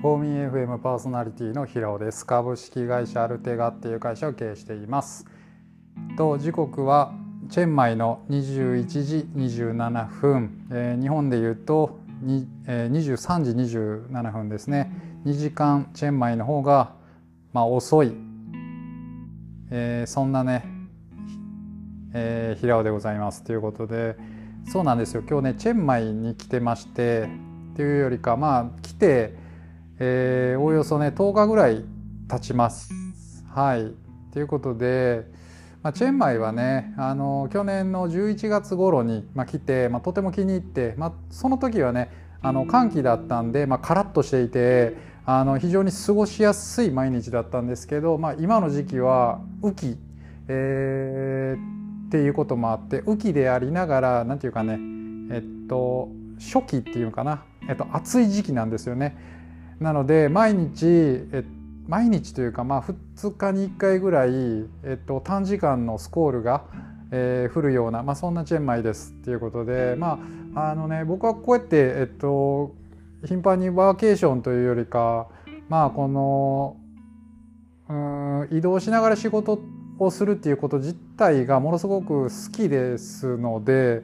フォーミン FM パーソナリティの平尾です。株式会社アルテガっていう会社を経営しています。時刻はチェンマイの21時27分、日本でいうと23時27分ですね。2時間チェンマイの方が遅い、そんなね、平尾でございますということで、そうなんですよ。今日ねチェンマイに来てまして、っていうよりか来て、おおよそね10日ぐらい経ちます。はい。ということで、チェンマイはね去年の11月頃に、来て、とても気に入って、その時はね寒気だったんで、カラッとしていて非常に過ごしやすい毎日だったんですけど、今の時期は雨季、っていうこともあって雨季でありながらなんていうかね初期っていうかな、暑い時期なんですよね。なので毎日というか2日に1回ぐらい、短時間のスコールが、降るような、そんなチェンマイですっていうことで、僕はこうやって、頻繁にワーケーションというよりかこの移動しながら仕事をするっていうこと自体がものすごく好きですので、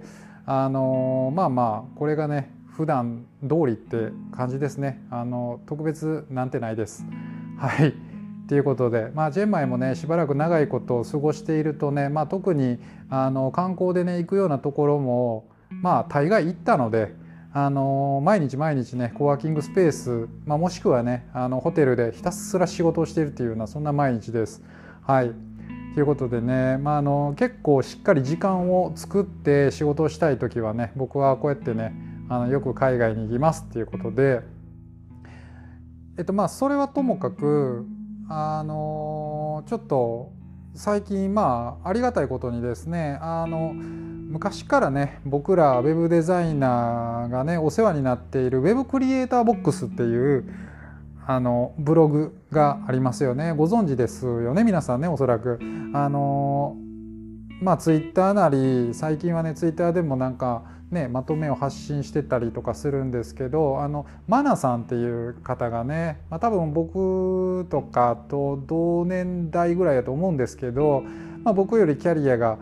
これがね普段通りって感じですね。特別なんてないです。はい。ということで、チェンマイもねしばらく長いことを過ごしているとね、特に観光でね行くようなところも大概行ったので、毎日ねコワーキングスペース、もしくはねホテルでひたすら仕事をしているというようなそんな毎日です。はい。ということでね、結構しっかり時間を作って仕事をしたいときはね、僕はこうやってねよく海外に行きますっていうことで、それはともかくちょっと最近ありがたいことにですね昔からね僕らウェブデザイナーがねお世話になっているウェブクリエイターボックスっていうブログがありますよね。ご存知ですよね皆さんね、おそらくツイッターなり最近はねツイッターでもまとめを発信してたりとかするんですけど、マナさんっていう方がね、多分僕とかと同年代ぐらいだと思うんですけど、僕よりキャリアが、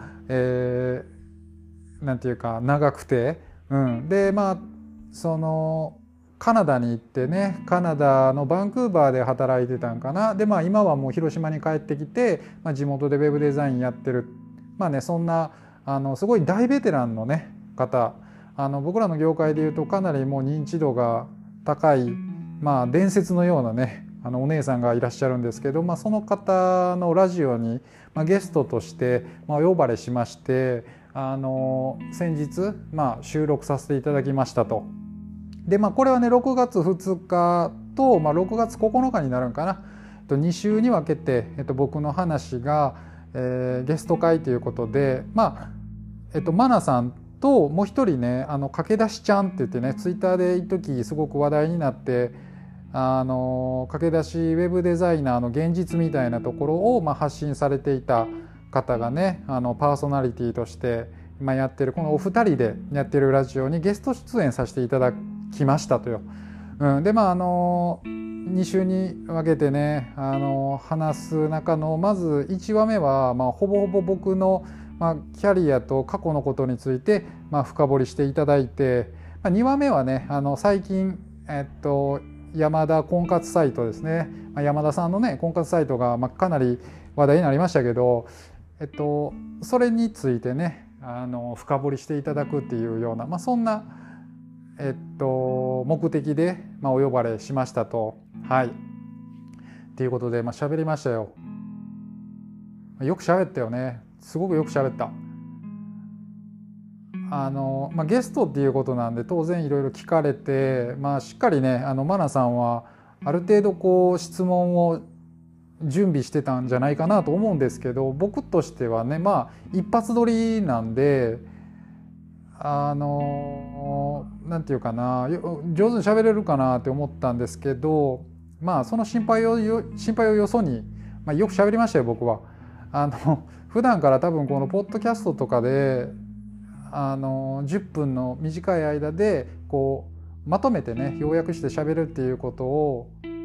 なんていうか長くて、でそのカナダに行ってね、カナダのバンクーバーで働いてたんかな。で今はもう広島に帰ってきて、地元でウェブデザインやってるそんなすごい大ベテランのね方、僕らの業界でいうとかなりもう認知度が高い、伝説のようなねお姉さんがいらっしゃるんですけど、その方のラジオに、ゲストとして、お呼ばれしまして、先日、収録させていただきましたと。でこれはね6月2日と、6月9日になるんかな、2週に分けて、僕の話が、ゲスト会ということで、マナさんともう一人ね駆け出しちゃんって言ってねツイッターで一時すごく話題になって、駆け出しウェブデザイナーの現実みたいなところを発信されていた方がねパーソナリティとして今やってるこのお二人でやってるラジオにゲスト出演させていただきましたとよ。で2週に分けてね話す中のまず1話目は、ほぼほぼ僕のキャリアと過去のことについて、深掘りしていただいて、2話目はね最近、山田婚活サイトですね、山田さんのね婚活サイトが、かなり話題になりましたけど、それについてね深掘りしていただくっていうような、そんな、目的で、お呼ばれしましたと。はいっていうことで喋りましたよ。よく喋ったよね。すごくよく喋った。ゲストっていうことなんで当然いろいろ聞かれて、しっかりねマナさんはある程度質問を準備してたんじゃないかなと思うんですけど、僕としてはね一発撮りなんでなんていうかな上手に喋れるかなって思ったんですけど、その心配をよそに、よく喋りましたよ僕は。普段から多分このポッドキャストとかで10分の短い間でまとめてね要約して喋るっていうことを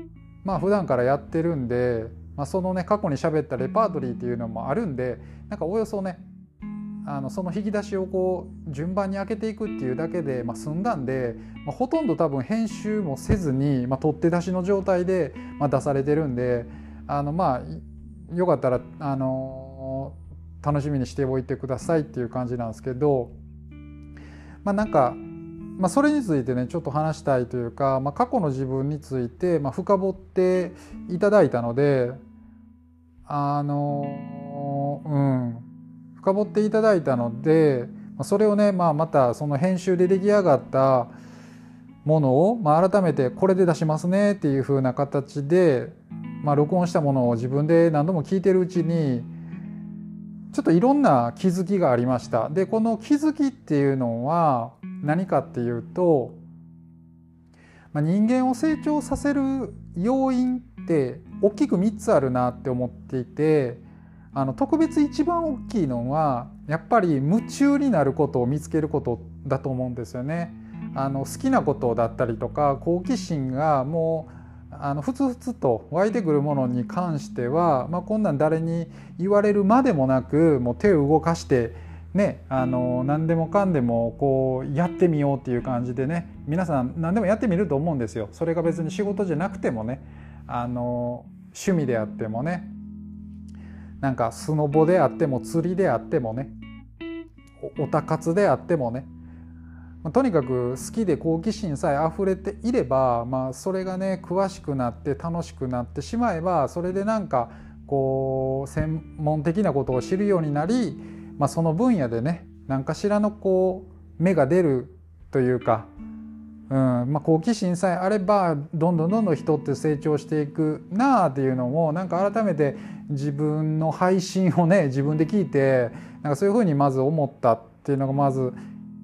まあ普段からやってるんで、そのね過去に喋ったレパートリーっていうのもあるんで、なんかおよそねその引き出しをこう順番に開けていくっていうだけで、済んだんで、ほとんど多分編集もせずに、取って出しの状態で、出されてるんで、よかったら、楽しみにしておいてくださいっていう感じなんですけど、なんか、それについてねちょっと話したいというか、過去の自分について、深掘っていただいたので、深掘っていただいたので、それをね、またその編集で出来上がったものを、改めてこれで出しますねっていう風な形で、録音したものを自分で何度も聞いてるうちにちょっといろんな気づきがありました。でこの気づきっていうのは何かっていうと、人間を成長させる要因って大きく3つあるなって思っていて、特別一番大きいのはやっぱり夢中になることを見つけることだと思うんですよね。好きなことだったりとか好奇心がもうふつふつと湧いてくるものに関しては、こんなん誰に言われるまでもなく、もう手を動かしてね、何でもかんでもこうやってみようっていう感じでね、皆さん何でもやってみると思うんですよ。それが別に仕事じゃなくてもね、趣味であってもね、なんかスノボであっても釣りであってもね、オタ活であってもね、とにかく好きで好奇心さえ溢れていれば、それがね詳しくなって楽しくなってしまえば、それでなんかこう専門的なことを知るようになり、その分野でね何かしらのこう芽が出るというか、好奇心さえあればどんどん人って成長していくなあっていうのも、なんか改めて自分の配信をね自分で聞いて、なんかそういうふうにまず思ったっていうのがまず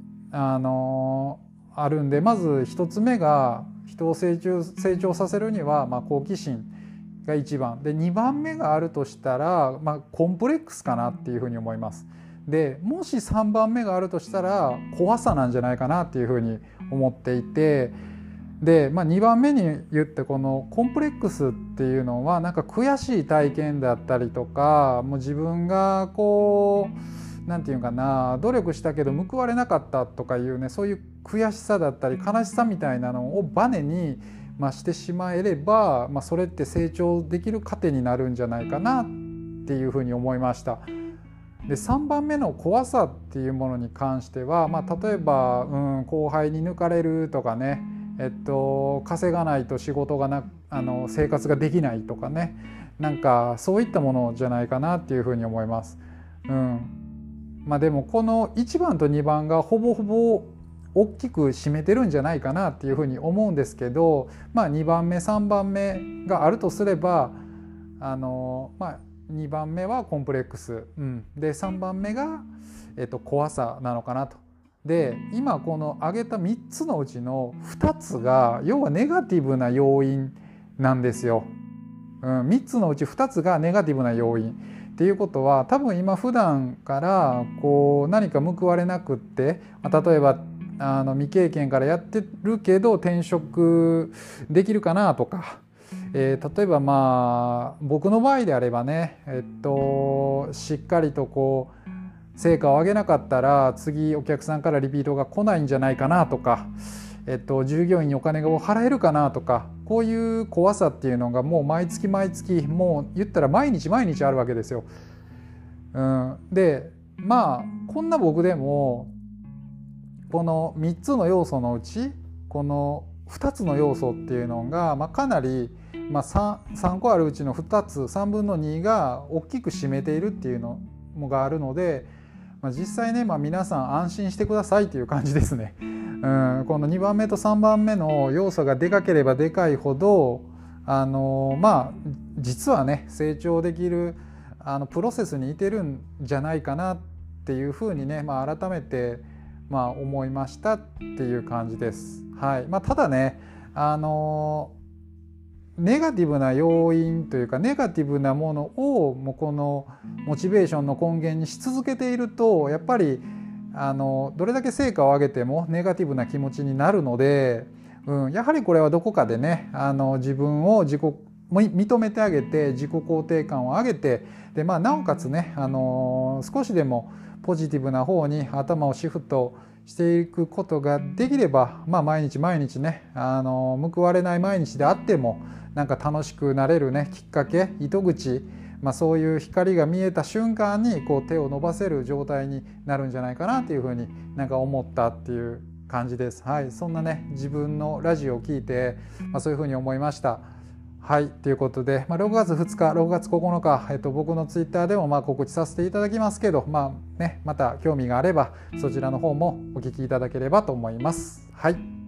あるんで、まず一つ目が人を成長させるには、好奇心が一番で、2番目があるとしたら、コンプレックスかなっていうふうに思います。でもし3番目があるとしたら怖さなんじゃないかなっていうふうに思っていて、で、2番目に言ってこのコンプレックスっていうのは、なんか悔しい体験だったりとか、もう自分がこうなんていうかな、努力したけど報われなかったとかいうね、そういう悔しさだったり悲しさみたいなのをバネに、してしまえれば、それって成長できる糧になるんじゃないかなっていうふうに思いました。で3番目の怖さっていうものに関しては、例えば、後輩に抜かれるとかね、稼がないと仕事が生活ができないとかね、なんかそういったものじゃないかなっていうふうに思います。でもこの1番と2番がほぼほぼ大きく占めてるんじゃないかなっていうふうに思うんですけど、2番目3番目があるとすれば、2番目はコンプレックス、で3番目が、怖さなのかなと。で今この挙げた3つのうちの2つが要はネガティブな要因なんですよ。3つのうち2つがネガティブな要因っていうことは、多分今普段からこう何か報われなくって、例えば未経験からやってるけど転職できるかなとか、例えば僕の場合であればね、しっかりとこう成果を上げなかったら次お客さんからリピートが来ないんじゃないかなとか、従業員にお金を払えるかなとか、こういう怖さっていうのがもう毎月毎月、もう言ったら毎日毎日あるわけですよ。でこんな僕でもこの3つの要素のうちこの2つの要素っていうのが、かなり、3個あるうちの2つ3分の2が大きく占めているっていうのがあるので、実際ね、皆さん安心してくださいという感じですね。この2番目と3番目の要素がでかければでかいほど実はね成長できるプロセスにいてるんじゃないかなっていうふうにね、改めて思いましたっていう感じです。ただねネガティブな要因というかネガティブなものをもうこのモチベーションの根源にし続けていると、やっぱりどれだけ成果を上げてもネガティブな気持ちになるので、やはりこれはどこかでね自分を自己認めてあげて自己肯定感を上げて、で、なおかつね、少しでもポジティブな方に頭をシフトしていくことができれば、毎日毎日ね、報われない毎日であってもなんか楽しくなれるね、きっかけ、糸口、そういう光が見えた瞬間にこう手を伸ばせる状態になるんじゃないかなっていうふうになんか思ったっていう感じです。はい、そんなね自分のラジオを聞いて、そういうふうに思いました。はい、ということで、6月2日6月9日、僕のツイッターでも告知させていただきますけど、また興味があればそちらの方もお聞きいただければと思います。はい。